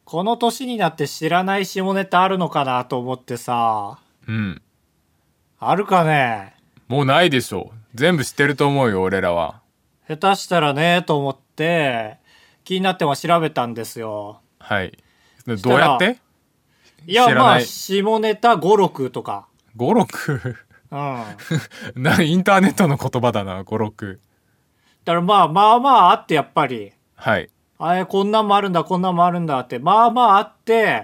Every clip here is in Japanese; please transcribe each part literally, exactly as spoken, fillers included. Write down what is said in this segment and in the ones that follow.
この年になって知らない下ネタあるのかなと思ってさ。 うん。 あるかね。 もうないでしょ。全部知ってると思うよ、俺らは。 下手したらねと思って気になっても調べたんですよ。 はい。どうやって？ いや、まあ下ネタ語録とか。 語録うん。 な、インターネットの言葉だな、語録。 だからまあまあまああって、やっぱり。 はい。 あれ、こんなんもあるんだ、こんなんもあるんだって、まあまああって、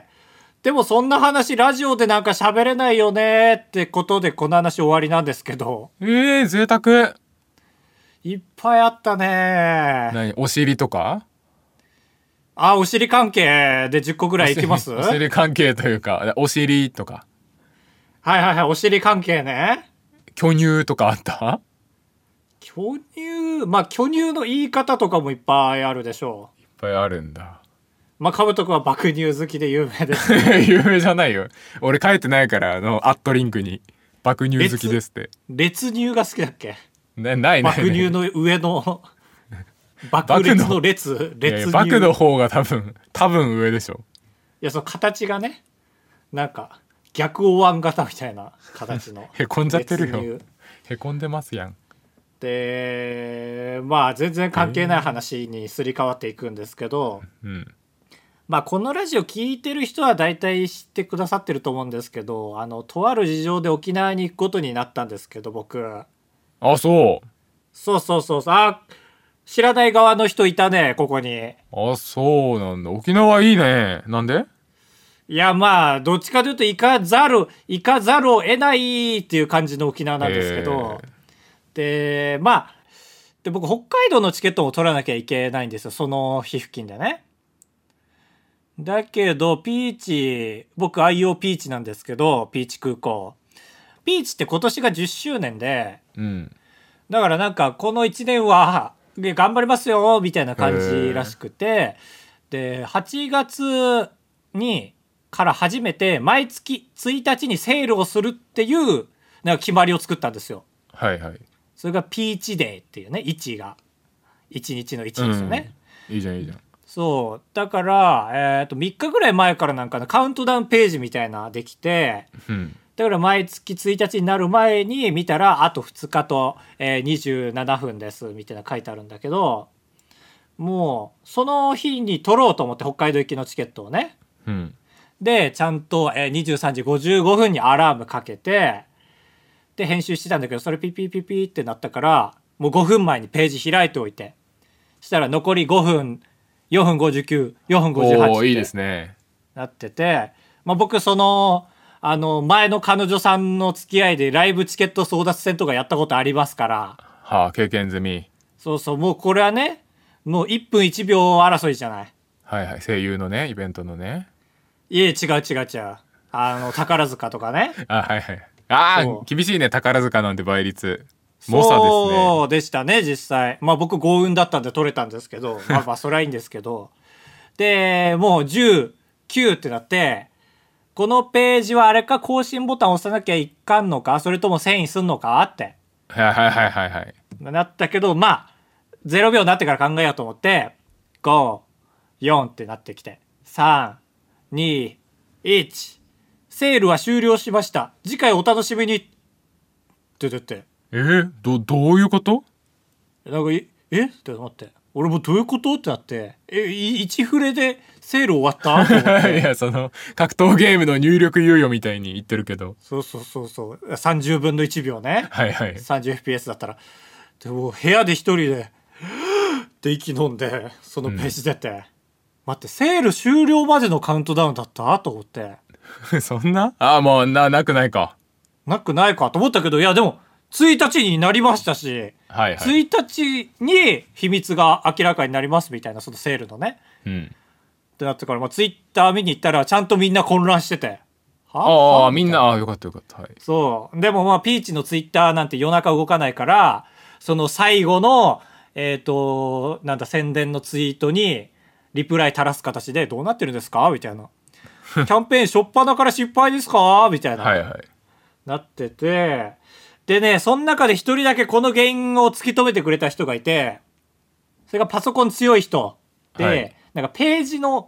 でもそんな話ラジオでなんか喋れないよねってことでこの話終わりなんですけど。 えー、贅沢。 いっぱいあったね。 何、お尻とか？ あ、お尻関係でじゅっこぐらいいきます？ お尻関係というか、お尻とか。 はいはいはい、お尻関係ね。 巨乳とかあった？ 巨乳、まあ巨乳の言い方とかもいっぱいあるでしょう。いっぱいあるんだ。 まあ、かぶとくんは爆乳好きで有名です、ね。 有名じゃないよ。俺書いてないから、あの、アットリンクに。爆乳好きですって。 烈乳が好きだっけ？ ね、ないね。 爆乳の上の、爆裂の列、烈乳。 爆の方が多分、多分上でしょ。 いや、その形がね、なんか、逆お椀型みたいな形の。 へこんじゃってるよ。へこんでますやん。 で、まあ、全然関係ない話にすり替わっていくんですけど、 うん。 まあこのラジオ聞いてる人は大体知ってくださってると思うんですけど、あのとある事情で沖縄に行くことになったんですけど、僕。 あ、そう。 そうそうそうそう。あ、知らない側の人いたね、ここに。 あ、そうなんだ。沖縄いいね。なんで？ いや、まあどっちかというと行かざる行かざるを得ないっていう感じの沖縄なんですけど、で、まあで僕北海道のチケットも取らなきゃいけないんですよ、その日付近でね。だけどピーチ、僕愛用ピーチなんですけど、ピーチ空港ピーチって今年がじゅっしゅうねんで、 うん、 だからなんかこのいちねんは頑張りますよみたいな感じらしくて、ではちがつにから初めて毎月ついたちにセールをするっていうなんか決まりを作ったんですよ。 はいはい。 それがピーチデーっていうね、いちがいちにちのいちですよね、 うん、いいじゃんいいじゃん。 そうだから、えー、とみっかぐらい前からなんかのカウントダウンページみたいなできて、 うん、 だから毎月ついたちになる前に見たらあとふつかと、えー、にじゅうななふんですみたいな書いてあるんだけど、もうその日に取ろうと思って北海道行きのチケットをね、 うん、 でちゃんと、えー、にじゅうさんじごじゅうごふんにアラームかけて、で編集してたんだけど、それピピピピってなったからもうごふんまえにページ開いておいて、したら残りごふん、よんふんごじゅうきゅう、よんふんごじゅうはちっていいですねなってて、まあ、僕そのあの前の彼女さんの付き合いでライブチケット争奪戦とかやったことありますから、 はあ、経験済み。 そうそう、もうこれはね、もういっぷんいちびょう争いじゃない。 はいはい、声優のね、イベントのね。 いえ、違う違う違う、あの宝塚とかね。 あ、はいはい。ああ、厳しいね、宝塚なんて倍率。 猛者ですね。そうでしたね、実際。まあ僕幸運だったんで取れたんですけど、まあまあそれはいいんですけど、でもうじゅうきゅうってなって、このページはあれか、更新ボタン押さなきゃいかんのか、それとも遷移すんのかって。 はいはいはいはいはい。 なったけど、まあゼロびょうになってから考えようと思って、ご、よんってなってきて、さん、に、いち、セールは終了しました。次回お楽しみに。って言って。 えー、ど、どういうこと？ なんか、ええって思って。俺もどういうことってなって、え、一フレでセール終わったと思って。 いや、その、格闘ゲームの入力猶予みたいに言ってるけど。 そうそうそうそう。さんじゅうぶんのいちびょうね。 はいはい。 さんじゅうエフピーエス だったら。でも、部屋で一人で、って息飲んで、そのページ出て、うん、待って、セール終了までのカウントダウンだったと思って。 そんな？ああ、もう、な、なくないか。 なくないかと思ったけど、いや、でも、ついたちになりましたし、 はいはい、 ついたちに秘密が明らかになりますみたいな、そのセールのね。 うん。 ってなってから、まあ、ツイッター見に行ったら、ちゃんとみんな混乱してて。 はああ、みんな、ああ、よかったよかった。はい。 そう。でもまあ、ピーチのツイッターなんて夜中動かないから、その最後の、えっと、なんだ、宣伝のツイートに、リプライ垂らす形で、どうなってるんですかみたいな。キャンペーン初っ端から失敗ですかみたいな。 はいはい。なってて、でね、その中で一人だけこの原因を突き止めてくれた人がいて、それがパソコン強い人で、はい、なんかページの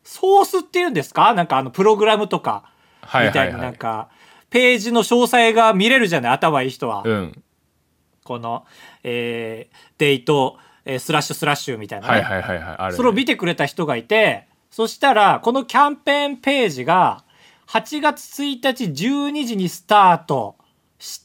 ソースっていうんですか、なんかあのプログラムとかみたいになんかページの詳細が見れるじゃない、頭いい人は、 うん、 この、えー、デート、えー、スラッシュスラッシュみたいな、ね、 はいはいはいはい、あるね。 それを見てくれた人がいて、そしたらこのキャンペーンページがはちがつついたちじゅうにじにスタートして、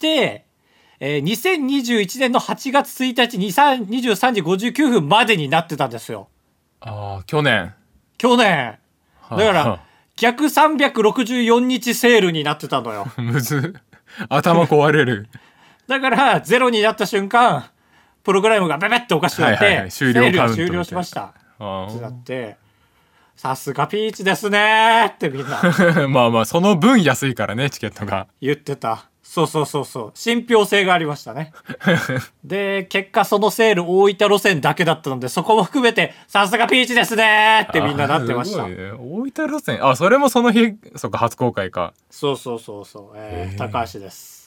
えー、にせんにじゅういちねんのはちがつついたちにじゅうさんじごじゅうきゅうふんまでになってたんですよ。 ああ、去年。 去年。だから逆さんびゃくろくじゅうよっかセールになってたのよ。 むず頭壊れる。 だからゼロになった瞬間プログラムがベベッとおかしくなって、はいはいはい、 終了カウントみたいな、 セール終了しましたってなって、さすがピーチですねってみんなまあまあその分安いからね、チケットが。 言ってた。そうそうそうそう、信憑性がありましたねで結果そのセール大分路線だけだったので、そこも含めてさすがピーチですねってみんななってました。 ね、大分路線、あ、それもその日、そっか、初公開か。 そうそうそうそう、えー、高橋です。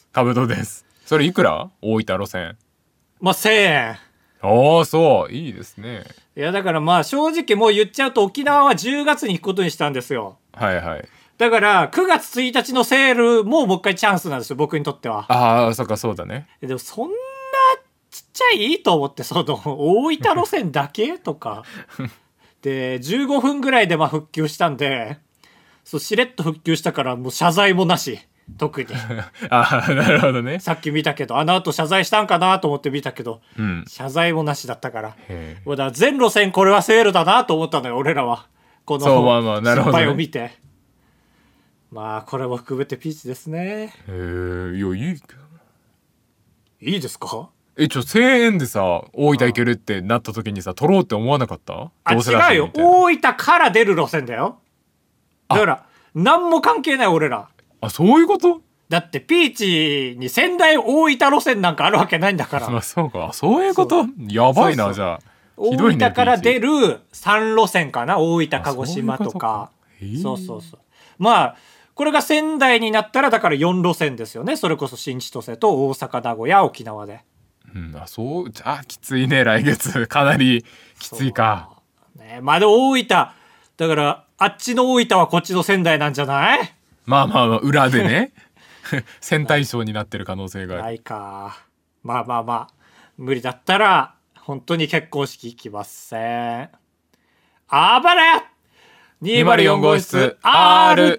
かぶとです。それいくら？大分路線。 まあせんえん。 ああ、そう、いいですね。 いやだからまあ正直もう言っちゃうと、沖縄はじゅうがつに行くことにしたんですよ。 はいはい。だからくがつついたちのセールももう一回チャンスなんですよ、僕にとっては。 ああ、そっか、そうだね。 でもそんなちっちゃいと思って、その大分路線だけとかでじゅうごふんぐらいでまあ復旧したんで、そうしれっと復旧したからもう謝罪もなし、特にああ、なるほどね。 さっき見たけど、あの後謝罪したんかなと思って見たけど、 うん、 謝罪もなしだったから、もうだから全路線これはセールだなと思ったのよ、俺らは。この失敗を見て、まあこれも含めてピーチですね。 へえ、いや、いいけど。 いいですか？ え、ちょ、せんえんでさ、大分行けるってなった時にさ、取ろうって思わなかった？ あ、違うよ。大分から出る路線だよ。だから、何も関係ない俺ら。 あ、そういうこと？だって、ピーチに仙台大分路線なんかあるわけないんだから。 まあ、そうか。そういうこと？やばいな、じゃあ。 大分から出るさん路線かな、大分鹿児島とか。そうそうそう。まあ、これが仙台になったらだからよん路線ですよね。それこそ新千歳と大阪、名古屋、沖縄で。 うん、あ、そう、じゃあきついね、来月。かなりきついか。 ね、まあでも大分、だからあっちの大分はこっちの仙台なんじゃない？ まあまあまあ、裏でね。仙台賞になってる可能性がある。 ないか。まあまあまあ、無理だったら本当に結婚式行きません。あばれにまるよん号室 R。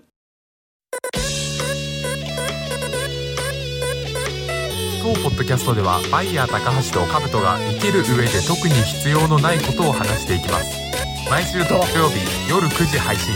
当ポッドキャストではバイヤー高橋とカブトが生きる上で特に必要のないことを話していきます。毎週土曜日夜くじ配信。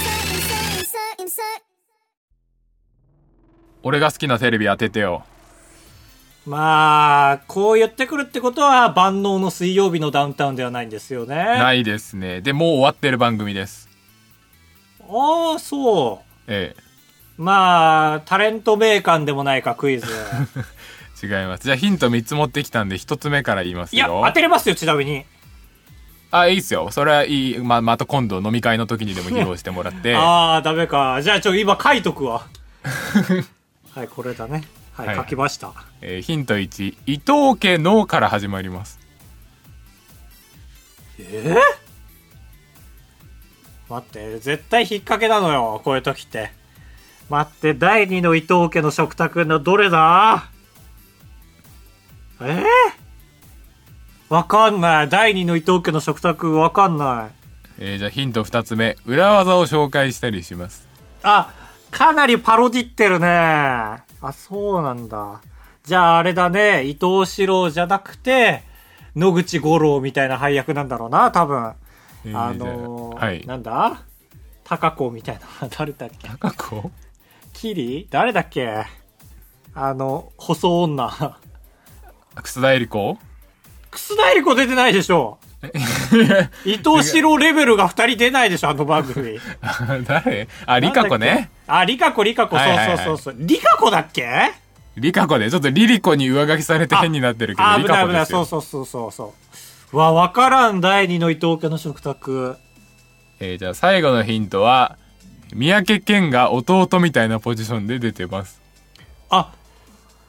俺が好きなテレビ当ててよ。 まあこう言ってくるってことは万能の水曜日のダウンタウンではないんですよね。 ないですね。でもう終わってる番組です。 ああ、そう。 ええ。 まあタレント名鑑でもないかクイズ。 違います。じゃあヒントみっつ持ってきたんでひとつめから言いますよ。 いや当てれますよ、ちなみに。あ、 いいっすよ。それはいい。ままた今度飲み会の時にでも披露してもらって。 ああ、ダメか。じゃあちょ今書いとくわ。はい、これだね。はい、はい、書きました。 えー、ヒントいち、伊藤家のから始まります。 えー、待って、絶対引っ掛けなのよ、こういう時って。待って、だいにの伊藤家の食卓のどれだ？えー、わかんない。だいにの伊藤家の食卓わかんない。 えー、じゃあヒントふたつめ、裏技を紹介したりします。 あ、かなりパロディってるね。あ、そうなんだ。じゃああれだね、伊藤四郎じゃなくて野口五郎みたいな配役なんだろうな、多分。えー、あのーはい、なんだ高子みたいな。誰だっけ？ 高子？ キリ？誰だっけ？あの細女。 楠田絵理子？ 楠田絵理子出てないでしょ。伊藤四郎レベルがふたり出ないでしょ、あの番組。 誰？あ、リカ子ね。 あ、リカ子、リカ子、そうそうそうそう。リカ子だっけ？ リカ子で、ちょっとリリコに上書きされて変になってるけど、 リカ子ですよ。そうそうそうそう。うわ、わからん、だいにの伊藤家の食卓。 えー、じゃあ最後のヒントは、三宅健が弟みたいなポジションで出てます。 あ、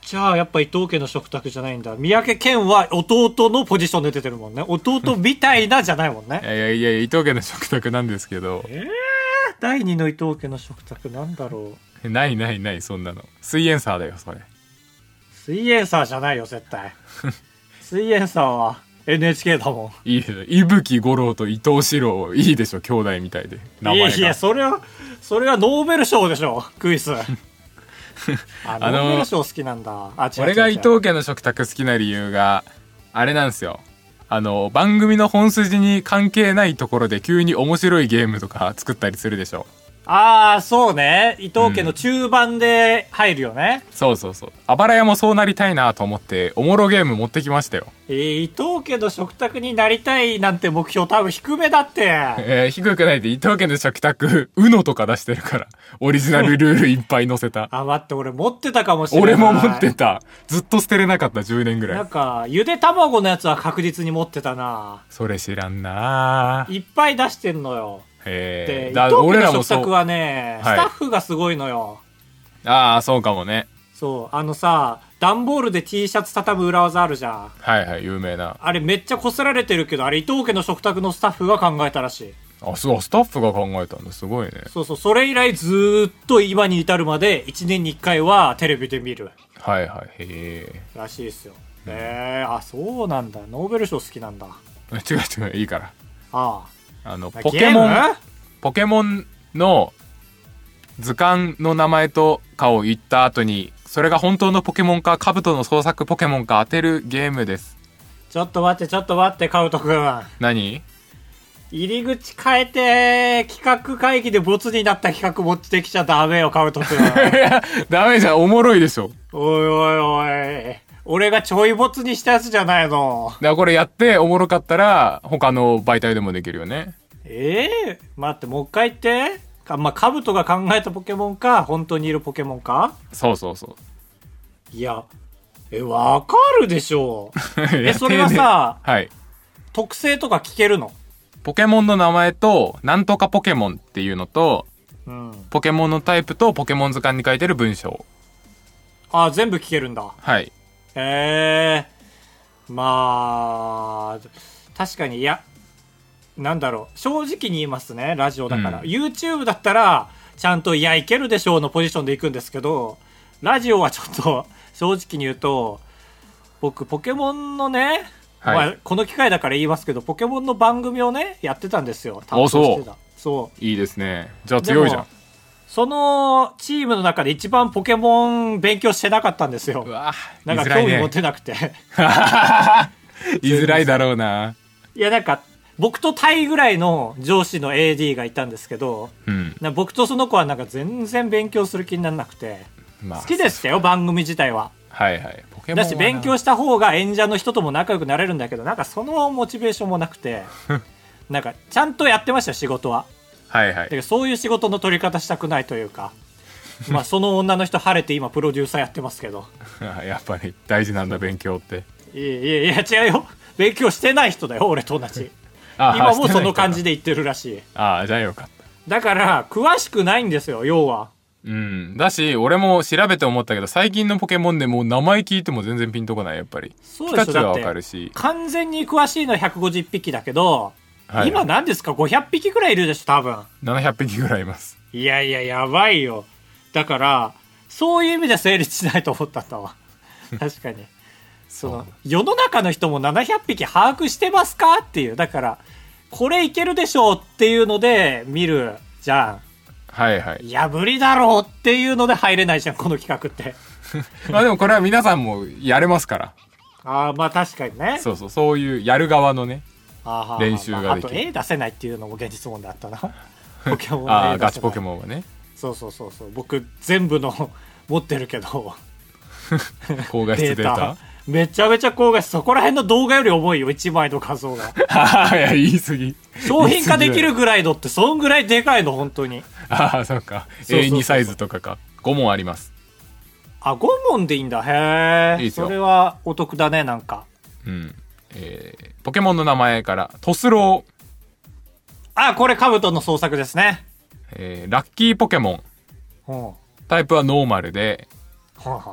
じゃあやっぱ伊藤家の食卓じゃないんだ。三宅健は弟のポジションで出てるもんね。弟みたいなじゃないもんね。 いやいやいや伊藤家の食卓なんですけど、 えー、だいにの伊藤家の食卓なんだろう。ないないないそんなの。水炎サーだよそれ。 水炎サーじゃないよ絶対。水炎サーは エヌエイチケー だもん。いいでしょ。伊吹五郎と伊藤四郎いいでしょ兄弟みたいで名前が。 いやいやそれはそれはノーベル賞でしょクイズ。あノーベル賞好きなんだ。あ違う違う違う。 俺が伊藤家の食卓好きな理由があれなんですよ。あの番組の本筋に関係ないところで急に面白いゲームとか作ったりするでしょ。 ああそうね。伊藤家の中盤で入るよね、 うん、そうそうそう。あばら屋もそうなりたいなと思っておもろゲーム持ってきましたよ。 えー、伊藤家の食卓になりたいなんて目標多分低めだって。 えー、低くないで伊藤家の食卓 ユーノ とか出してるからオリジナルルールいっぱい載せた。 あ待って俺持ってたかもしれない。 俺も持ってた。ずっと捨てれなかったじゅうねんぐらい。 なんかゆで卵のやつは確実に持ってたな。 それ知らんな。 いっぱい出してんのよ。 へえ。 で伊藤家の食卓はね、スタッフがすごいのよ。 ああそうかもね。 そうあのさ段ボールで T シャツ畳む裏技あるじゃん。 はいはい有名な。 あれめっちゃこすられてるけどあれ伊藤家の食卓のスタッフが考えたらしい。 あそうスタッフが考えたんだ。すごいね。 そうそうそれ以来ずーっと今に至るまでいちねんにいっかいはテレビで見る。 はいはいへえらしいですよ。うん、えー、あそうなんだ。ノーベル賞好きなんだ。 違う違ういいから。 ああのポケモンポケモンの図鑑の名前とかを言った後にそれが本当のポケモンかカブトの創作ポケモンか当てるゲームです。 ちょっと待ってちょっと待ってカウトくん。 何？ 入り口変えて企画会議でボツになった企画持ってきちゃダメよカウトくん。 ダメじゃんおもろいでしょ。 おいおいおい俺がちょいボツにしたやつじゃないの。 だからこれやっておもろかったら他の媒体でもできるよね。 ええー、待ってもう一回言ってか、まあ、カブトが考えたポケモンか本当にいるポケモンか。 そうそうそう。 いやえわかるでしょ。えそれはさ、 はい、 特性とか聞けるの？ ポケモンの名前となんとかポケモンっていうのと、うん、ポケモンのタイプとポケモン図鑑に書いてる文章。 あ全部聞けるんだ。 はい。 へえー、まあ確かにいやなんだろう正直に言いますねラジオだから、うん、YouTube だったらちゃんといやいけるでしょうのポジションでいくんですけどラジオはちょっと正直に言うと僕ポケモンのね、はいまあ、この機会だから言いますけどポケモンの番組をねやってたんですよ。担当してた。そういいですね。じゃあ強いじゃん。 そのチームの中で一番ポケモン勉強してなかったんですよ。うわなんか興味持てなくて言いづらいだろうな。 いやなんか僕とタイぐらいの上司の エーディー がいたんですけど、うん、な僕とその子はなんか全然勉強する気にならなくて、まあ、好きでしたよ番組自体は。 はいはい。ポケモンはだし勉強した方が演者の人とも仲良くなれるんだけどなんかそのモチベーションもなくてなんかちゃんとやってました仕事は。 はいはい。 だからそういう仕事の取り方したくないというかまあその女の人晴れて今プロデューサーやってますけどやっぱり大事なんだ勉強って。 いやいやいや違うよ勉強してない人だよ俺と同じ今もその感じで言ってるらしい。 ああじゃあよかった。 だから詳しくないんですよ要は。 うんだし俺も調べて思ったけど最近のポケモンでもう名前聞いても全然ピンとこないやっぱり。 そうでしょ。 ピカチュウはわかるし完全に詳しいのはひゃくごじゅっぴきだけど、はい、今何ですかごひゃくぴきぐらいいるでしょ多分。 ななひゃくぴきぐらいいます。 いやいややばいよ。だからそういう意味で成立しないと思ったんだわ確かにその世の中の人もななひゃくぴき把握してますかっていう。だからこれいけるでしょうっていうので見るじゃん。 はいはい。 いや無理だろうっていうので入れないじゃんこの企画ってまあでもこれは皆さんもやれますからああまあ確かにね。 そうそうそういうやる側のねあ練習ができる、まあ、 あと絵出せないっていうのも現実問題あったなポケモンああガチポケモンはね。 そうそうそうそう僕全部の持ってるけど高画質データ, データめちゃめちゃ高画質。そこら辺の動画より重いよいちまいの画像がいや言い過ぎ。 商品化できるぐらいのってそんぐらいでかいの本当に。 ああそうか エーツー サイズとかか。ご問あります。 あご問でいいんだ。へえ。それはお得だねなんか。 うん、えー、ポケモンの名前からトスロー。 あこれカブトの創作ですね。 えー、ラッキーポケモン、タイプはノーマルで、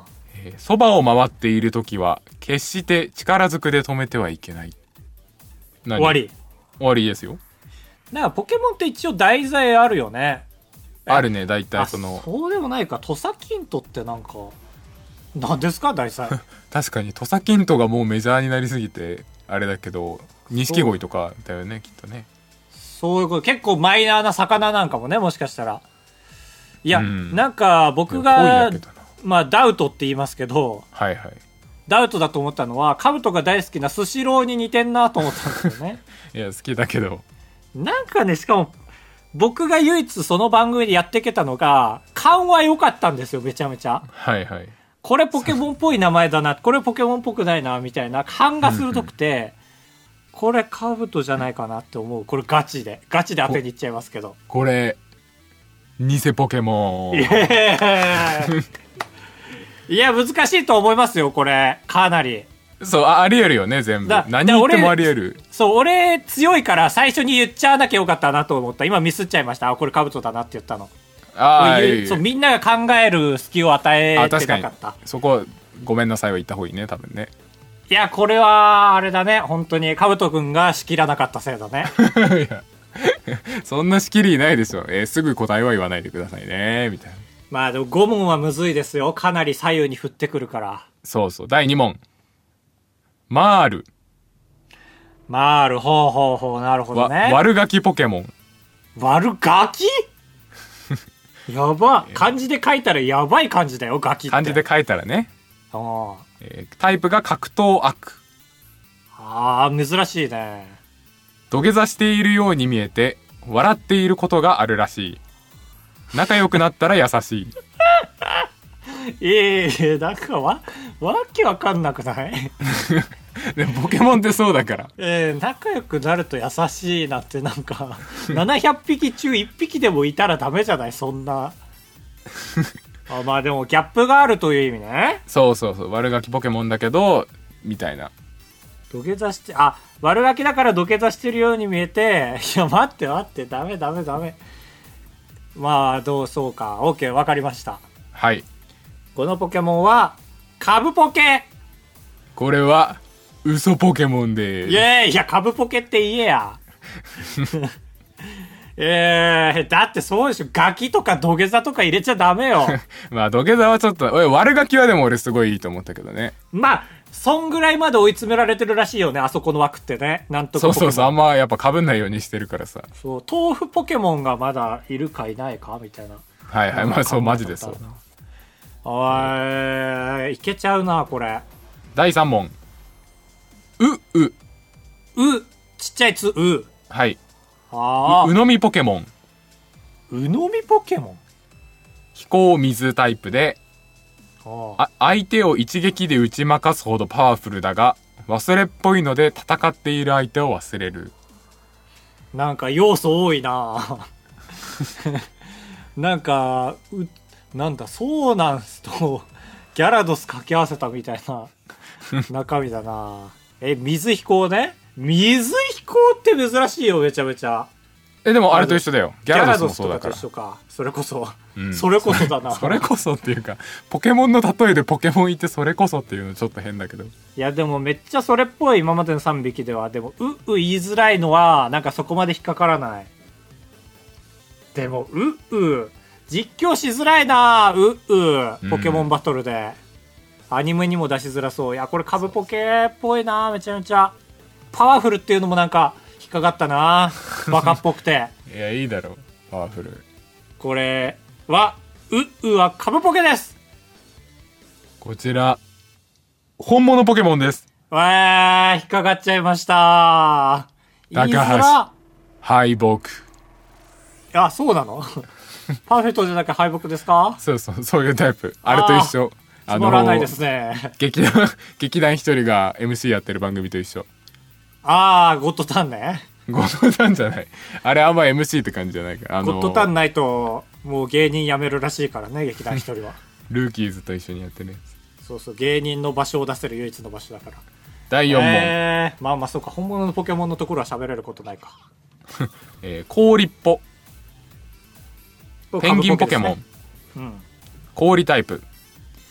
えー、そばを回っている時は決して力ずくで止めてはいけない。 終わり終わりですよ。 なんかポケモンって一応題材あるよね。 あるね、大体その。 そうでもないか。土佐キントってなんか何ですか題材確かに土佐キントがもうメジャーになりすぎてあれだけど、錦鯉とかだよねきっとね。 そういうこと。結構マイナーな魚なんかもね、もしかしたら。いや、うん、なんか僕がまあダウトって言いますけど、 はいはい、 ダウトだと思ったのはカブトが大好きなスシローに似てんなと思ったんですよね。 いや好きだけど、 なんかね、しかも僕が唯一その番組でやっていけたのが勘は良かったんですよ、めちゃめちゃ。 はいはい。 これポケモンっぽい名前だな、これポケモンっぽくないなみたいな勘が鋭くて、これカブトじゃないかなって思う。これガチでガチで当てにいっちゃいますけど、 これ偽ポケモン。 いや難しいと思いますよ、これかなり。 そう、 あ, ありえるよね全部。何言ってもありえる。 そう、俺強いから最初に言っちゃわなきゃよかったなと思った。今ミスっちゃいました。あ、これカブトだなって言ったの。ああ、そう、みんなが考える隙を与えてなかった。 そこごめんなさいは言った方がいいね、多分ね。 いや、これはあれだね、本当にカブト君が仕切らなかったせいだね。 いやそんな仕切りないでしょ、えー、すぐ答えは言わないでくださいねみたいな。 まあでもご問はむずいですよ、かなり左右に振ってくるから。 そうそう。だいに問、マール。 マール、ほうほうほう、なるほどね。 悪ガキポケモン。 悪ガキやば、漢字で書いたらやばい漢字だよ、ガキって。 漢字で書いたらね。 あ、 えー、タイプが格闘悪。 あー、珍しいね。 土下座しているように見えて笑っていることがあるらしい。仲良くなったら優しい。 いえいえ、なんかわわけわかんなくない？ でもポケモンってそうだから。 えー、仲良くなると優しいなってなんかななひゃくぴき中いっぴきでもいたらダメじゃない、そんな。あ、まあでもギャップがあるという意味ね。 そうそうそう、悪ガキポケモンだけどみたいな。 土下座して、あ、悪ガキだから土下座してるように見えて、いや待って待って、ダメダメダメ。まあどう、そうか、 OK、 分かりました。 はい、 このポケモンはカブポケ。 これは嘘ポケモンでーす。 いやいや、カブポケって言えや。えー、だってそうでしょ、ガキとか土下座とか入れちゃダメよ。 まあ土下座はちょっと、おい、悪ガキはでも俺すごいいいと思ったけどね。 まあそんぐらいまで追い詰められてるらしいよね、あそこの枠ってね。なんとかそうそうそう、あんまやっぱ被んないようにしてるからさ。 そう、豆腐ポケモンがまだいるかいないかみたいな。 はいはい、まあそう、マジでそう。 おーい、いけちゃうなこれ。 だいさん問、ううう、ちっちゃいつ、う。 はい。 ああ、 う、うのみポケモン。 うのみポケモン、 飛行水タイプで、あ、相手を一撃で打ち負かすほどパワフルだが忘れっぽいので戦っている相手を忘れる。 なんか要素多いな。なんかう、なんだ、そうなんすとギャラドス掛け合わせたみたいな中身だな。え、水飛行ね。水飛行って珍しいよ、めちゃめちゃ。 え、でもあれと一緒だよ。ギャラドスもそうだから。 ギャラドスとかと一緒か。それこそ、 うん、 それこそだな。 それこそっていうか、ポケモンの例えでポケモンいてそれこそっていうのちょっと変だけど。いやでもめっちゃそれっぽい、今までのさんびきでは。でもうう言いづらいのはなんかそこまで引っかからない。でもうう実況しづらいな。ううポケモンバトルで、うん、アニメにも出しづらそう。いやこれカブポケっぽいな、めちゃめちゃ。パワフルっていうのもなんか引っかかったな、バカっぽくて。 いや、いいだろう、パワフル。 これはううはカブポケです。 こちら本物ポケモンです。 わー、引っかかっちゃいました。 高橋敗北。 あ、そうなの？パーフェクトじゃなくて敗北ですか？ そうそう、そういうタイプ。あれと一緒。 つまらないですね。 劇団劇団一人が エムシー やってる番組と一緒。 あー、ゴッドタンね。 ゴッドタンじゃない。あれあんま エムシー って感じじゃないから。 あのー、ゴッドタンないともう芸人辞めるらしいからね、劇団一人は。 ルーキーズと一緒にやってね。 そうそう、芸人の場所を出せる唯一の場所だから。 だいよん問。 えー、まあまあそうか、本物のポケモンのところは喋れることないか。 えー、氷っぽ。ペンギンポケモン、 うん、 氷タイプ。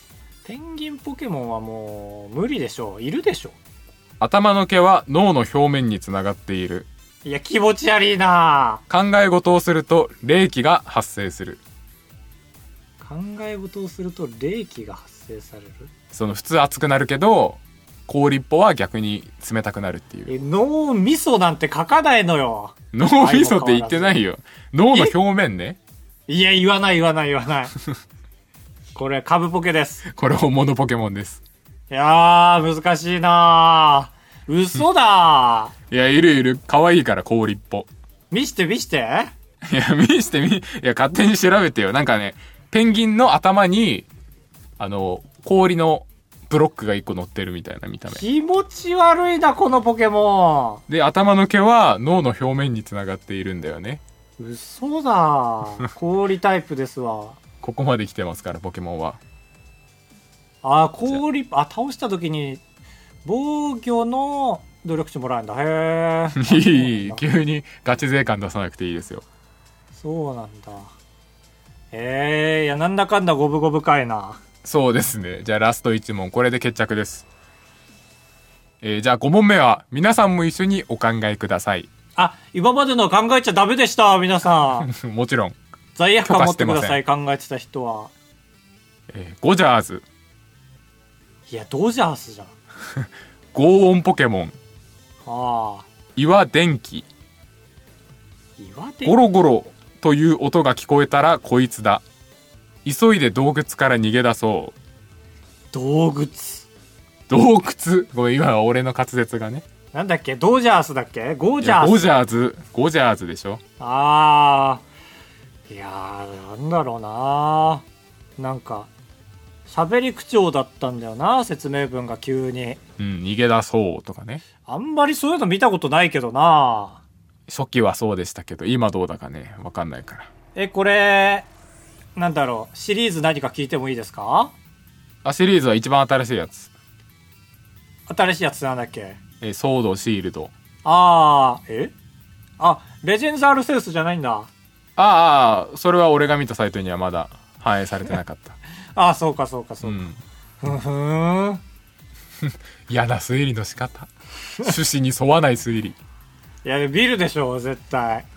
ペンギンポケモンはもう無理でしょう。いるでしょ。 頭の毛は脳の表面につながっている。 いや気持ち悪いな。 考え事をすると冷気が発生する。 考え事をすると冷気が発生される。 その普通熱くなるけど氷っぽは逆に冷たくなるっていう。 え脳みそなんて書かないのよ。 脳みそって言ってないよ。脳の表面ね。 いや言わない言わない言わないこれ株ポケです。 これ本物ポケモンです。 いやー難しいなー。嘘だーいやいるいる。可愛いから氷っぽ。 見して見していや見してみ。いや勝手に調べてよ。なんかねペンギンの頭にあの氷のブロックが一個乗ってるみたいな見た目。 気持ち悪いなこのポケモンで頭の毛は脳の表面につながっているんだよね。 嘘だ氷タイプですわここまで来てますからポケモンは。 あ氷あ倒した時に防御の努力値もらうんだ。へえいい急にガチ税感出さなくていいですよ。 そうなんだ。えー、いやなんだかんだ五分五分かいな。 そうですね。じゃあラストいち問これで決着です。えー、じゃあご問目は皆さんも一緒にお考えください。 あ今までの考えちゃダメでした皆さんもちろん罪悪感持ってください。考えてた人は、 えー、ゴジャーズ。 いやドジャースじゃん轟音ポケモン。 ああ岩電気。 岩電気ゴロゴロという音が聞こえたらこいつだ。急いで洞窟から逃げ出そう。 洞窟洞窟ごめん今は俺の滑舌がね。 なんだっけドジャースだっけゴジャース。 ゴジャーズゴジャーズでしょ。 ああいやーなんだろうな。なんか喋り口調だったんだよな説明文が急に。 うん逃げ出そうとかね。 あんまりそういうの見たことないけどな。 初期はそうでしたけど今どうだかねわかんないから。 えこれなんだろうシリーズ何か聞いてもいいですか。 あシリーズは一番新しいやつ。 新しいやつなんだっけ。 えソードシールド。 ああえあレジェンズアルセウスじゃないんだ。 ああそれは俺が見たサイトにはまだ反映されてなかったああそうかそうかそうか、うん、ふふん嫌な推理の仕方趣旨に沿わない推理。 いやビルでしょ絶対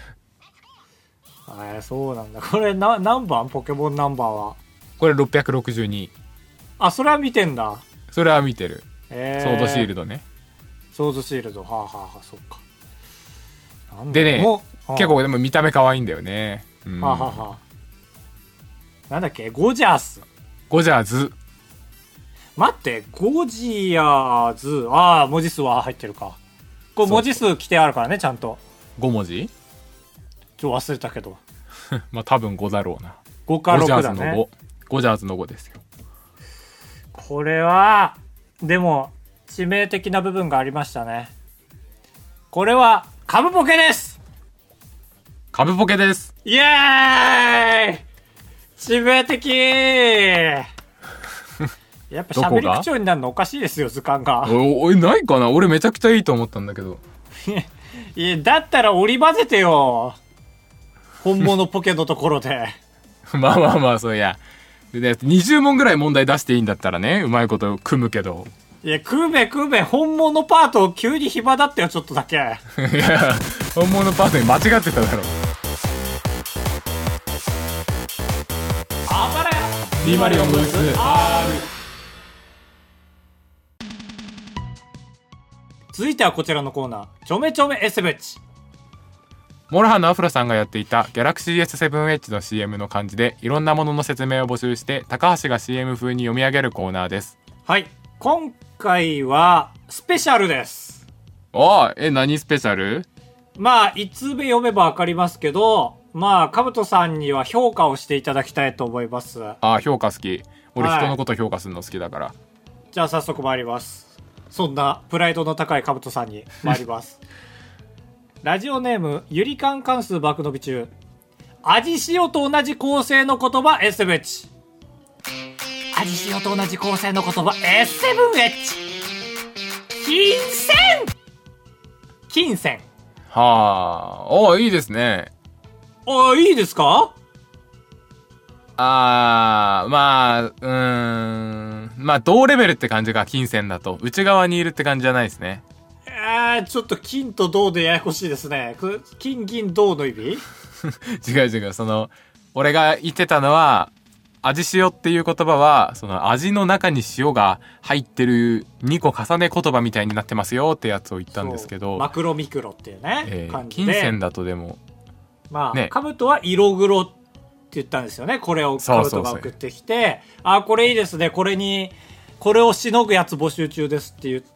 ああそうなんだ。これな何番ポケモンナンバーは。 これろっぴゃくろくじゅうに。 あそれは見てんだ。 それは見てる、 えー、 ソードシールドね。 ソードシールドはあはあはあそっか。 でね結構でも見た目可愛いんだよね、うん、 はあ、はあ、なんだっけゴジャースゴジャーズ。 待ってゴジャーズああ文字数は入ってるか。これ文字数規定あるからねちゃんと。 ご文字ちょっと忘れたけどまあ多分ごだろうな。 ごかろくだね。 ゴジャーズのごですよ。 これはでも致命的な部分がありましたね。これはカブポケです。 カブポケです。 イエーイ致命的やっぱ喋り口調になるのおかしいですよ図鑑が。 おおないかな。俺めちゃくちゃいいと思ったんだけどいやだったら織り交ぜてよ本物ポケのところでまあまあまあそういやで、ね、にじゅう問ぐらい問題出していいんだったらねうまいこと組むけど。 いや組め組め本物パート急に暇だったよちょっとだけ。いや本物パートに間違ってただろ。 あばれにまるよんブース R。 続いてはこちらのコーナーちょめちょめ エス ブッチ。 モロハのアフロさんがやっていた Galaxy エスセブンエッジ の シーエム の漢字でいろんなものの説明を募集して高橋が シーエム 風に読み上げるコーナーです。 はい今回はスペシャルです。 おーえ何スペシャル。 まあいつつうめ読めばわかりますけどまあカブトさんには評価をしていただきたいと思います。 あ評価好き。俺人のこと評価するの好きだから、はい、 じゃあ早速参ります。そんなプライドの高いカブトさんに参りますラジオネームゆりかん関数爆伸び中。味塩と同じ構成の言葉 エス ブッチ。味塩と同じ構成の言葉 エスセブンエッジ。金銭金銭。 はあおいいですね。 あいいですか。 あー、まあ、うーん。まあ、同レベルって感じが金銭だと。内側にいるって感じじゃないですね。 あー、ちょっと金と銅でややこしいですね。金、銀、銅の意味違う違う。その、俺が言ってたのは、味塩っていう言葉は、その味の中に塩が入ってるにこ重ね言葉みたいになってますよってやつを言ったんですけど。 マクロミクロっていうね、 えー、 感じで。 金銭だとでも。 まあ、 ね、 カブトは色黒って言ったんですよね。これをカブトが送ってきて、あ、これいいですね。これに、これをしのぐやつ募集中ですって言って、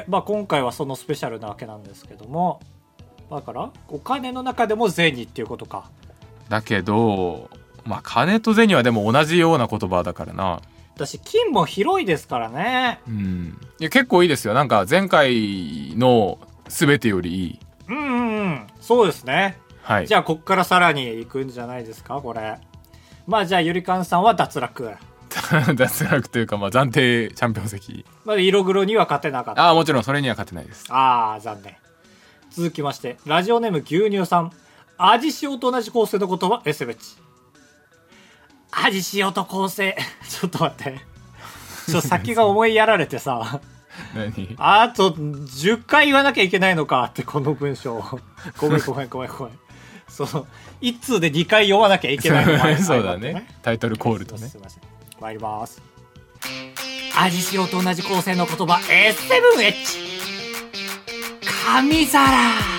まあ今回はそのスペシャルなわけなんですけども。だから、お金の中でも銭っていうことか。 だけど、まあ金と銭はでも同じような言葉だからな。 私金も広いですからね。 うん。いや結構いいですよ。なんか前回の全てよりいい。 うんうんうん。そうですね。 はい。 じゃあこっからさらに行くんじゃないですかこれ。まあじゃあゆりかんさんは脱落。 脱落というかまあ暫定チャンピオン席。 まあ色黒には勝てなかった。 ああもちろんそれには勝てないです。 ああ残念。続きましてラジオネーム牛乳さん。味塩と同じ構成の言葉エセベチ。味塩と構成ちょっと待ってちょっと先が思いやられてさ何あとじゅっかい言わなきゃいけないのかってこの文章ごめんごめんごめんごめんその一通でにかい読まなきゃいけないのかそうだねタイトルコールとね。 すいません参ります。味塩と同じ構成の言葉 エスセブンエイチ 紙皿。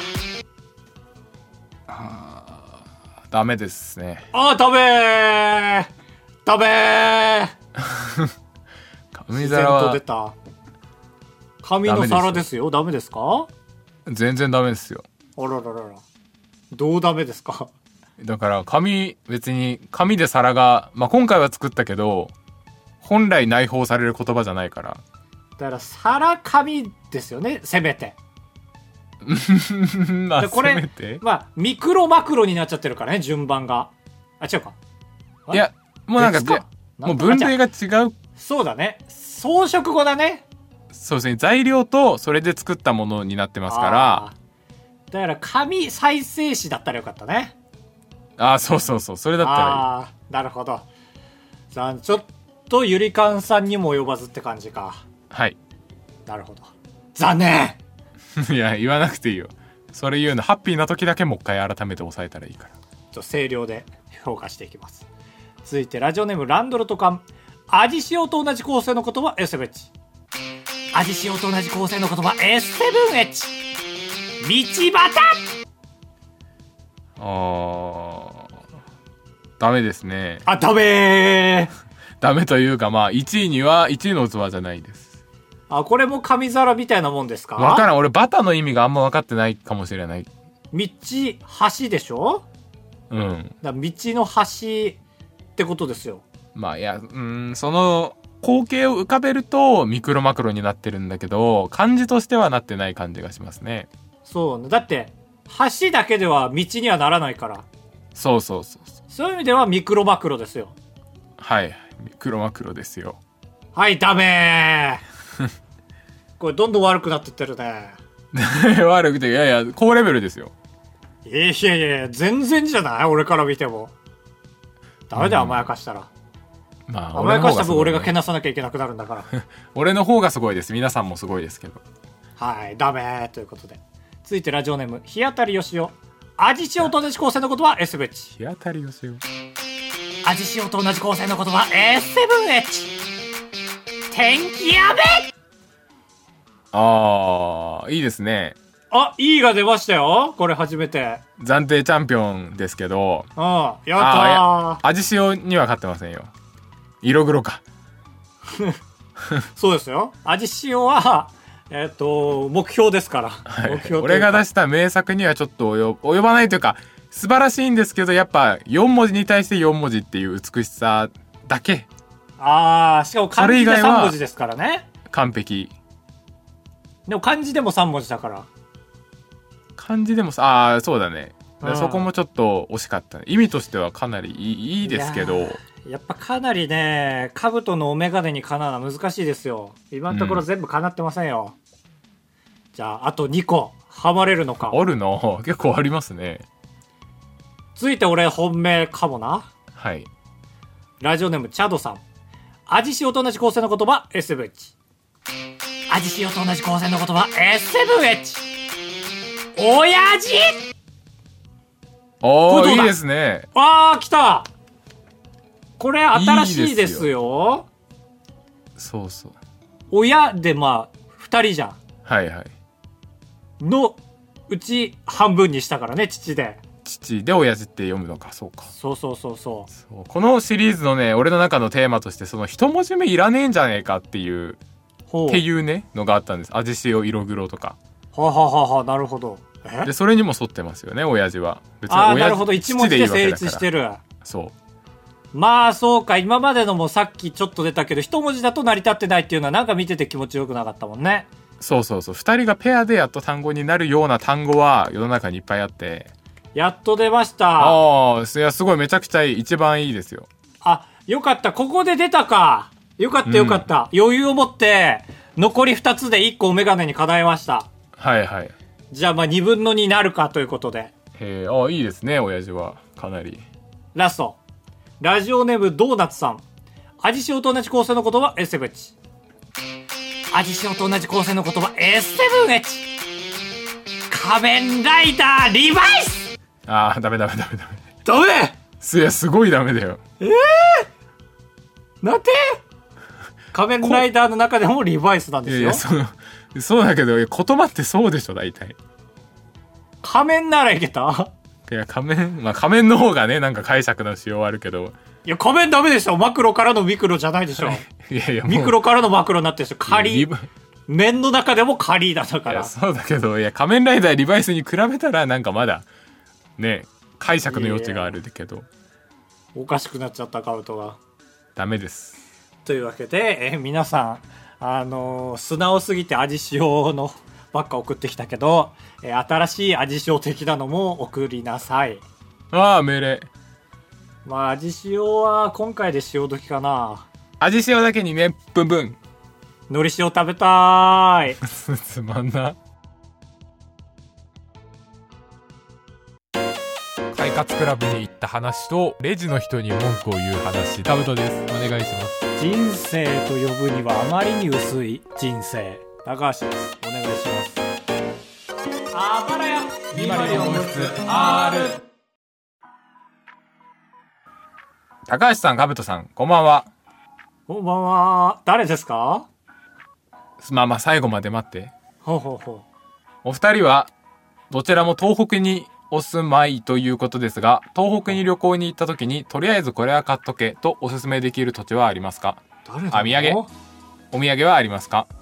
ダメですね。 あ、ダメーダメー紙皿は出た。紙の皿ですよ。ダメですか？ 全然ダメですよ。 あらららら。どうダメですか？ だから紙、別に紙で皿が、まあ、今回は作ったけど本来内包される言葉じゃないから。 だから皿紙ですよね、せめて。 まあこれせめてまあミクロマクロになっちゃってるからね、順番が。あ、違うか。 いやもうなんか別かもう分類が違う。 そうだね、装飾語だね。 そうですね、材料とそれで作ったものになってますから。 だから紙再生紙だったらよかったね。 ああそうそうそう、それだったらいい。 ああなるほど。さあちょっとゆりかんさんにも及ばずって感じか。 はい。 なるほど、残念いや言わなくていいよ。それ言うのハッピーな時だけもう一回改めて押さえたらいいから。 ちょ声量で評価していきます。続いてラジオネームランドルトカン。味塩と同じ構成の言葉 エスセブンエイチ。 味塩と同じ構成の言葉 エスセブンエイチ。 道端。 あーダメですね。 あ、ダメーダメというかまあいちいにはいちいの器じゃないです。 あ、これも紙皿みたいなもんですか？ わからん、俺バタの意味があんま分かってないかもしれない。 道橋でしょ。 うんだ道の橋ってことですよ。 まあいや、うーんその光景を浮かべるとミクロマクロになってるんだけど漢字としてはなってない感じがしますね。 そうだって橋だけでは道にはならないから。 そうそうそうそう、 そういう意味ではミクロマクロですよ。 はいミクロマクロですよ。 はいダメーこれどんどん悪くなってってるね悪くて、いやいや高レベルですよ。 いやいやいや全然じゃない、俺から見ても。ダメだよ、甘やかしたら。 まあ甘やかした分俺がけけなさなきゃいけなくなるんだから俺の方がすごいです。皆さんもすごいですけど。 はいダメーということで、続いてラジオネーム日当たりよしお。味塩と同じ構成の言葉 エスセブンエイチ。 日当たりをしよう。 味塩と同じ構成の言葉 エスセブンエイチ。 天気やべ。 ああいいですね。 あ、いいが出ましたよ、これ初めて。 暫定チャンピオンですけど、 うん、やったー。 味塩には勝ってませんよ。色黒かそうですよ、味塩はえっ、ー、と目標ですから、 はい、 目標。 俺が出した名作にはちょっと及及ばないというか素晴らしいんですけど、やっぱよん文字に対してよん文字っていう美しさだけ。 あーしかも漢字でさん文字ですからね。 完璧。 でも漢字でもさん文字だから。 漢字でもさあーそうだね、 うん、 そこもちょっと惜しかったね。意味としてはかなりいい、いいですけど、 やっぱかなりね、兜のお眼鏡にかなうのは難しいですよ。今のところ全部かなってませんよ、うん、じゃああとにこハマれるのか。 あるの結構ありますね。 続いて俺本命かもな。 はい。 ラジオネームチャドさん。味塩と同じ構成の言葉 エスセブンエイチ。味塩と同じ構成の言葉 エスセブンエイチ。親父。 おー、いいですね。 あー、来た。これ新しいですよ。 そうそう。 親でまあ二人じゃん。 はいはい。 のうち半分にしたからね、父で。 父で親父って読むのか。そうか。 そうそうそうそう。 そうこのシリーズのね、俺の中のテーマとしてその一文字目いらねえんじゃねえかっていうっていうねのがあったんです。味塩色黒とか。 はははは、なるほど。 でそれにも沿ってますよね、親父は。 別に親父、あー、なるほど、一文字で成立してる。 そう。 まあそうか、今までのもさっきちょっと出たけど一文字だと成り立ってないっていうのはなんか見てて気持ちよくなかったもんね。 そうそうそう、二人がペアでやっと単語になるような単語は世の中にいっぱいあって、 やっと出ました。 ああ、いやすごい、めちゃくちゃいい、一番いいですよ。 あ、よかった、ここで出たか。よかったよかった、うん、余裕を持って残り二つで一個お眼鏡に叶えました。 はいはい。 じゃあまあ二分の二なるかということで。 へえ、ああいいですね、親父はかなり。 ラストラジオネームドーナツさん。味塩と同じ構成の言葉 エスセブンエイチ。味塩と同じ構成の言葉 エスセブンエイチ。仮面ライダーリバイス。 ああ、ダメダメダメダメダメ。 いや、すごいダメだよ。 ええー、なんて。仮面ライダーの中でもリバイスなんですよ。いやいや、 そのそうだけど言葉ってそうでしょ大体。 仮面ならいけた。 いや、仮面、まあ仮面の方がね、なんか解釈のしようあるけど。 いや、仮面ダメでしょ。マクロからのミクロじゃないでしょ。 いやいや、 ミクロからのマクロになってるでしょ。仮。面の中でも仮だだから。いや、 そうだけど、いや、仮面ライダーリバイスに比べたら、なんかまだ、ね、解釈の余地があるけど。 おかしくなっちゃったカウトが。 ダメです。 というわけで、え皆さん、あのー、素直すぎて味塩のばっか送ってきたけど、えー、新しい味塩的なのも送りなさい。 ああ、命令。 まあ味塩は今回で塩時かな。 味塩だけにね、ブンブン。 海苔塩食べたーい。 つまんな。快活クラブに行った話とレジの人に文句を言う話、タブトです。お願いします。 人生と呼ぶにはあまりに薄い人生、高橋です。お願いします。あばらやにまるよんぶつ R。 高橋さん、かぶとさん、こんばんは。 こんばんは。誰ですか？ まあまあ最後まで待って。 ほうほうほう。 お二人はどちらも東北にお住まいということですが、東北に旅行に行った時にとりあえずこれは買っとけとおすすめできる土地はありますか？ 誰だ？ お土産お土産はありますか？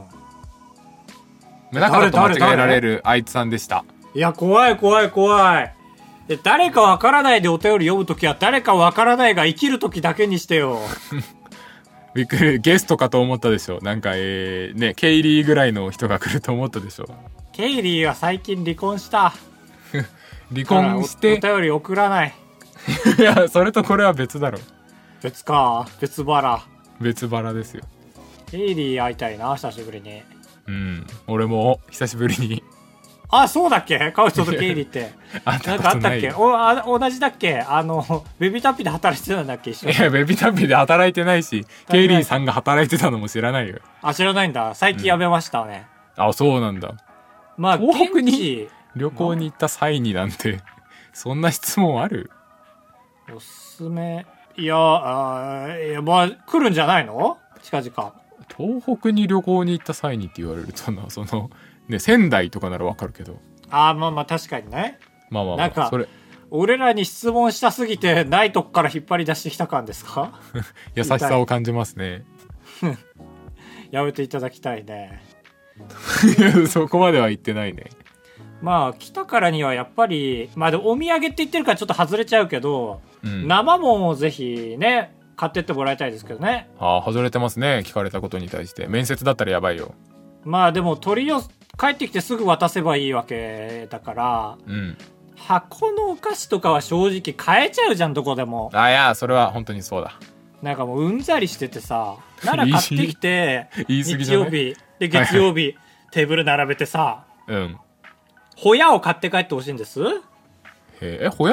うん、 宗像と間違えられるあいつさんでした。 いや、怖い怖い怖い。誰かわからないでお便り読むときは誰かわからないが生きるときだけにしてよ。 びっくり、ゲストかと思ったでしょ。なんかえー、ね、ケイリーぐらいの人が来ると思ったでしょ。 ケイリーは最近離婚した。 離婚してお便り送らない。 いや、それとこれは別だろ。 別か、別腹。 別腹ですよ。 ケイリー会いたいな、久しぶりに。 うん、俺も久しぶりに。 あ、そうだっけ？カウトとケイリーって。なんかあったっけ？おあ同じだっけ？あの、ベビータッピで働いてたんだっけ？一緒に。 いや、ベビータッピで働いてないし、ケイリーさんが働いてたのも知らないよ。 あ、知らないんだ。最近辞めましたね。 うん、あ、そうなんだ。 まあ、 東北に旅行に行った際になんて、そんな質問ある？ おすすめ。いや、あいや、まあ、来るんじゃないの？近々。 東北に旅行に行った際にって言われるとな、その、ね、仙台とかならわかるけど。 ああ、まあまあ確かにね。 まあまあまあ、 なんかそれ俺らに質問したすぎてないとこから引っ張り出してきた感ですか？ 優しさを感じますね。 やめていただきたいね。 そこまでは言ってないね。 まあ来たからにはやっぱり、まあでもお土産って言ってるからちょっと外れちゃうけど、うん、生もんをぜひね買ってってもらいたいですけどね。 ああ、外れてますね、聞かれたことに対して。面接だったらやばいよ。 まあでも鳥を帰ってきてすぐ渡せばいいわけだから、 うん、 箱のお菓子とかは正直買えちゃうじゃん、どこでも。 あ、いや、それは本当にそうだ。 なんかもううんざりしててさ、なら買ってきて言い過ぎ日曜日で月曜日、はいはい、テーブル並べてさ、 うん、 ホヤを買って帰ってほしいんです。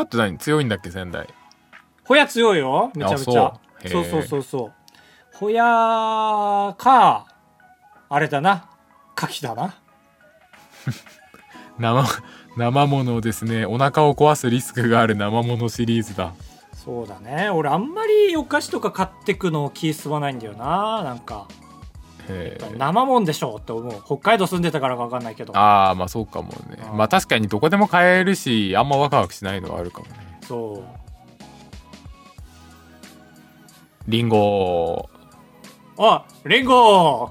へえ、ホヤって何？強いんだっけ、仙台。 ホヤ強いよ、めちゃめちゃ。 そうそうそうそう。ホヤか、あれだな。牡蠣だな。 生、生ものですね。お腹を壊すリスクがある生ものシリーズだ。 そうだね。俺あんまりお菓子とか買ってくの気進まないんだよな。なんか。 へー生もんでしょって思う。北海道住んでたからか分かんないけど。 ああ、まあそうかもね。 あーまあ確かにどこでも買えるし、あんまワクワクしないのはあるかもね。 そう。 リンゴ。 あ、リンゴ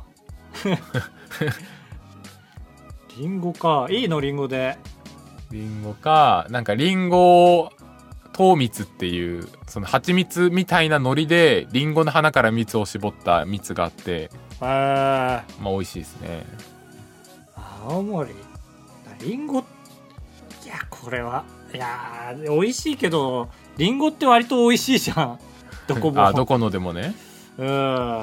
リンゴか。いいのリンゴで。 リンゴか、なんかリンゴ糖蜜っていう、その蜂蜜みたいな海苔でリンゴの花から蜜を絞った蜜があって、 えー、 まあ美味しいですね。 青森。リンゴ、いや、これは。いやー、美味しいけど、リンゴって割と美味しいじゃん。どこも。 あ、どこのでもね。 うん。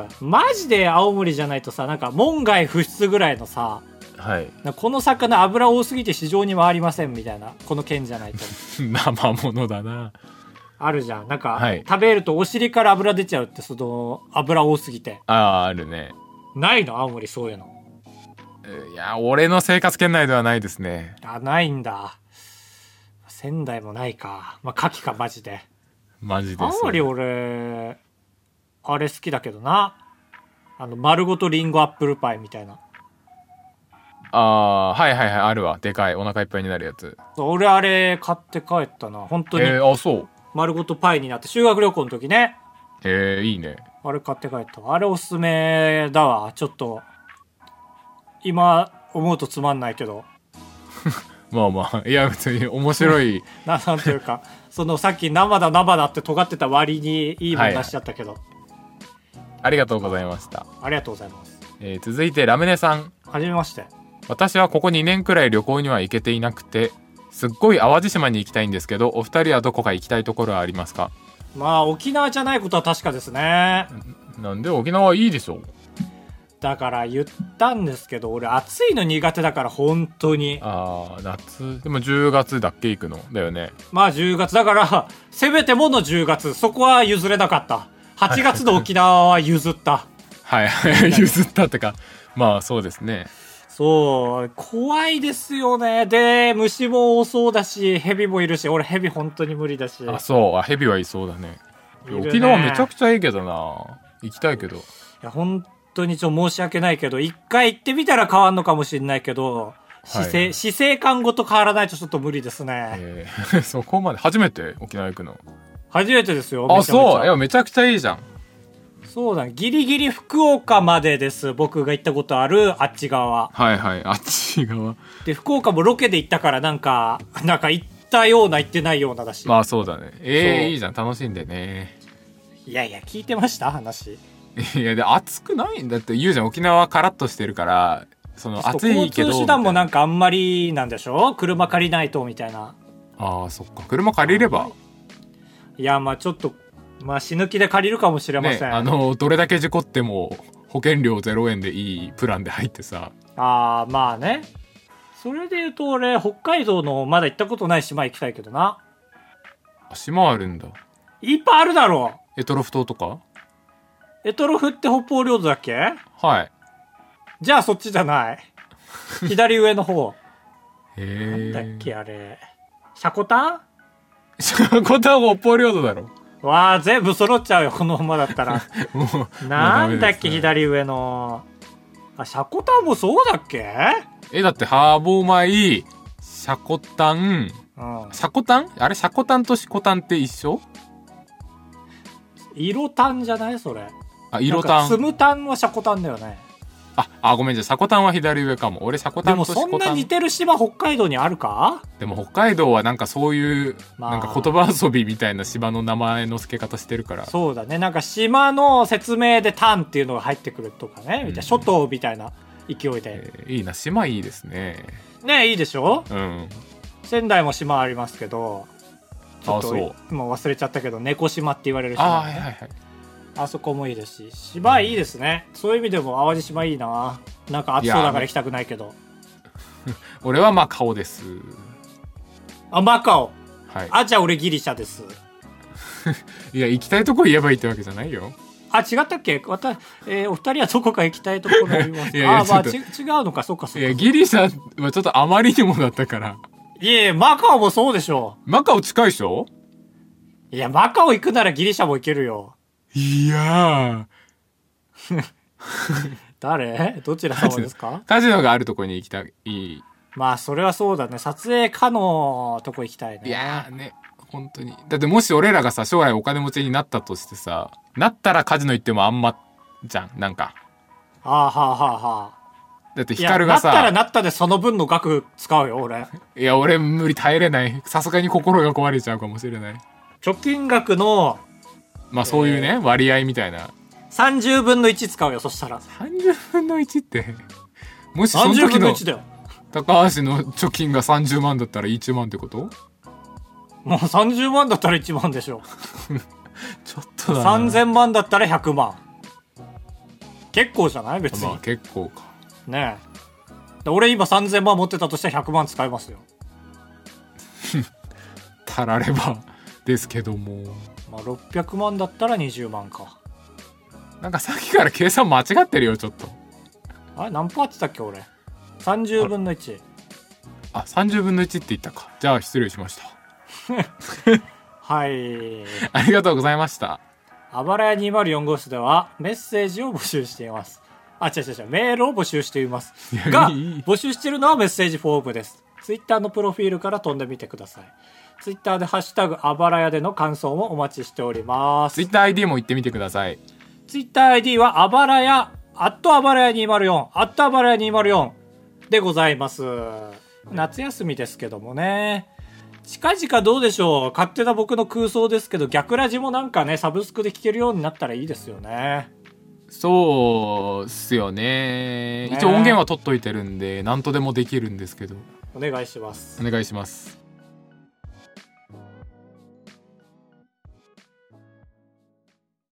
マジで青森じゃないとさ、なんか門外不出ぐらいのさ、 はい。 この魚油多すぎて市場に回りませんみたいな、この県じゃないと生ものだな。 あるじゃん。なんか、 はい食べるとお尻から油出ちゃうって、その油多すぎて。 ああ、あるね。 ないの青森そういうの。 いや、俺の生活圏内ではないですね。 あ、ないんだ。仙台もないか。まあ牡蠣かマジで。 マジで青森俺あれ好きだけどな。あの丸ごとリンゴアップルパイみたいな。 ああ、はいはいはい、あるわ。でかい、お腹いっぱいになるやつ。 俺あれ買って帰ったな。本当にえー、あ、そう。 丸ごとパイになって、修学旅行の時ね。 えー、いいね。 あれ買って帰ったわ。あれおすすめだわ。ちょっと今思うとつまんないけどまあまあ、いや別に面白い。 ななんていうかそのさっき生だ生だって尖ってた割にいいもん出しちゃったけど、 ありがとうございました。 ありがとうございます。 えー、続いてラムネさん。 はじめまして。 私はここにねんくらい旅行には行けていなくて、すっごい淡路島に行きたいんですけど、お二人はどこか行きたいところはありますか？ まあ沖縄じゃないことは確かですね。 なんで？沖縄いいでしょ。 だから言ったんですけど、俺暑いの苦手だから本当に。 あー、夏でもじゅうがつだっけ行くのだよね。 まあじゅうがつだからせめてものじゅうがつ、そこは譲れなかった。はちがつの沖縄は譲ったはいはい譲ったってか、まあそうですね。 そう怖いですよね。で虫も多そうだし、蛇もいるし、俺蛇本当に無理だし。 あ、そう、あ、蛇はいそうだね。 いるね。 沖縄めちゃくちゃいいけどな。行きたいけど。 いや本当にちょっと申し訳ないけど、一回行ってみたら変わんのかもしれないけど、姿勢、はい、姿勢感ごと変わらないとちょっと無理ですね。 えー、そこまで初めて沖縄行くの？ 初めてですよ。 あ、そう。いやめちゃくちゃいいじゃん。 そうだ、ギリギリ福岡までです。僕が行ったことあるあっち側。 はいはい、あっち側で、福岡もロケで行ったから、なんかなんか行ったような行ってないようなだし。 まあそうだね。ええー、いいじゃん、楽しんでね。 いやいや聞いてました話。 いやで暑くないんだって言うじゃん。沖縄はカラッとしてるから、その暑いけど交通手段もなんかあんまりなんでしょ、車借りないとみたいな。 ああそっか、車借りれば。 いやまあちょっとまあ死ぬ気で借りるかもしれません、ね、 あのどれだけ事故っても保険料ゼロえんでいいプランで入ってさ。 ああまあね。それで言うと俺北海道のまだ行ったことない島行きたいけどな。 島あるんだ。 いっぱいあるだろう。 択捉島とか。 択捉って北方領土だっけ？ はい。 じゃあそっちじゃない。左上の方。 へえ。 なんだっけあれ。シャコタン？ シャコタン北方領土だろ。 わあ全部揃っちゃうよこのままだったら。 もうなんだっけ、ね、左上の。あ、シャコタンもそうだっけ？ え、だってハーボーマイ、シャコタン、うん、シャコタン？あれシャコタンとシコタンって一緒？ 色タンじゃないそれ。 あ、色タン。 スムタンはシャコタンだよね。 あ、あ、ごめん、じゃあシャコタンは左上かも。俺シャコタンとシコタン。 でもそんな似てる島北海道にあるか？ でも北海道はなんかそういう、まあ、なんか言葉遊びみたいな島の名前の付け方してるから。 そうだね。なんか島の説明でタンっていうのが入ってくるとかね、みたいな、うん、諸島みたいな勢いで、 えー、いいな。島いいですね。 ね、いいでしょ？ うん。 仙台も島ありますけど、ちょっともう忘れちゃったけど猫島って言われる島、ね、 あ、はいはいはい。 あそこもいいですし、島いいですね。そういう意味でも淡路島いいな。なんか暑そうだから行きたくないけど。 俺はマカオです。 あ、マカオ。 はい。 あ、じゃあ俺ギリシャです。 いや行きたいとこ言えばいいってわけじゃないよ。 あ、違ったっけ、わた、えー、お二人はどこか行きたいところありますか？ いやいやあ、まあちょち違うのか、そっかそっか。 いやギリシャはちょっとあまりにもだったから。 いえ、マカオもそうでしょ。 マカオ近いでしょ。 いや、マカオ行くならギリシャも行けるよ。 いやー誰？どちら様ですか？ カジノがあるとこに行きたい。 まあそれはそうだね。撮影可能とこ行きたいね。 いやーね、本当に。だってもし俺らがさ将来お金持ちになったとしてさ、なったらカジノ行ってもあんまじゃん、なんか。 はあはあはあはあ。 だってヒカルがさ、 なったらなったでその分の額使うよ俺。 いや俺無理、耐えれない。さすがに心が壊れちゃうかもしれない。 貯金額のまあそういうね、えー、割合みたいなさんじゅうぶんのいち使うよ。そしたらさんじゅうぶんのいちってもしその時の高橋の貯金がさんじゅうまんだったらいちまんってこと？ もうさんじゅうまんだったらいちまんでしょ。 ちょっとだな。 さんぜんまんだったらひゃくまん。結構じゃない別に。 まあ結構かねえ。俺今さんぜんまん持ってたとしてひゃくまん使いますよ。 足らればですけども、 まあろっぴゃくまんだったらにじゅうまんか。 なんかさっきから計算間違ってるよちょっと。 あれ何パーって言ったっけ俺。さんじゅうぶんのいち。 あ、さんじゅうぶんのいちって言ったか。じゃあ失礼しました。 はい。 ありがとうございました。 あばらやにまるよん号室ではメッセージを募集しています。あ、違う違う違う、メールを募集していますが、募集しているのはメッセージフォームです。ツイッターのプロフィールから飛んでみてください。ツイッターでハッシュタグあばらやでの感想もお待ちしております。 ツイッター アイディー も言ってみてください。 ツイッター アイディー はあばらや、アットあばらやにまるよん、アットあばらやにまるよんでございます。夏休みですけどもね。近々どうでしょう。勝手な僕の空想ですけど、逆ラジもなんかね、サブスクで聴けるようになったらいいですよね。 そうっすよね。一応音源は取っといてるんで、何とでもできるんですけど。 お願いします。 お願いします。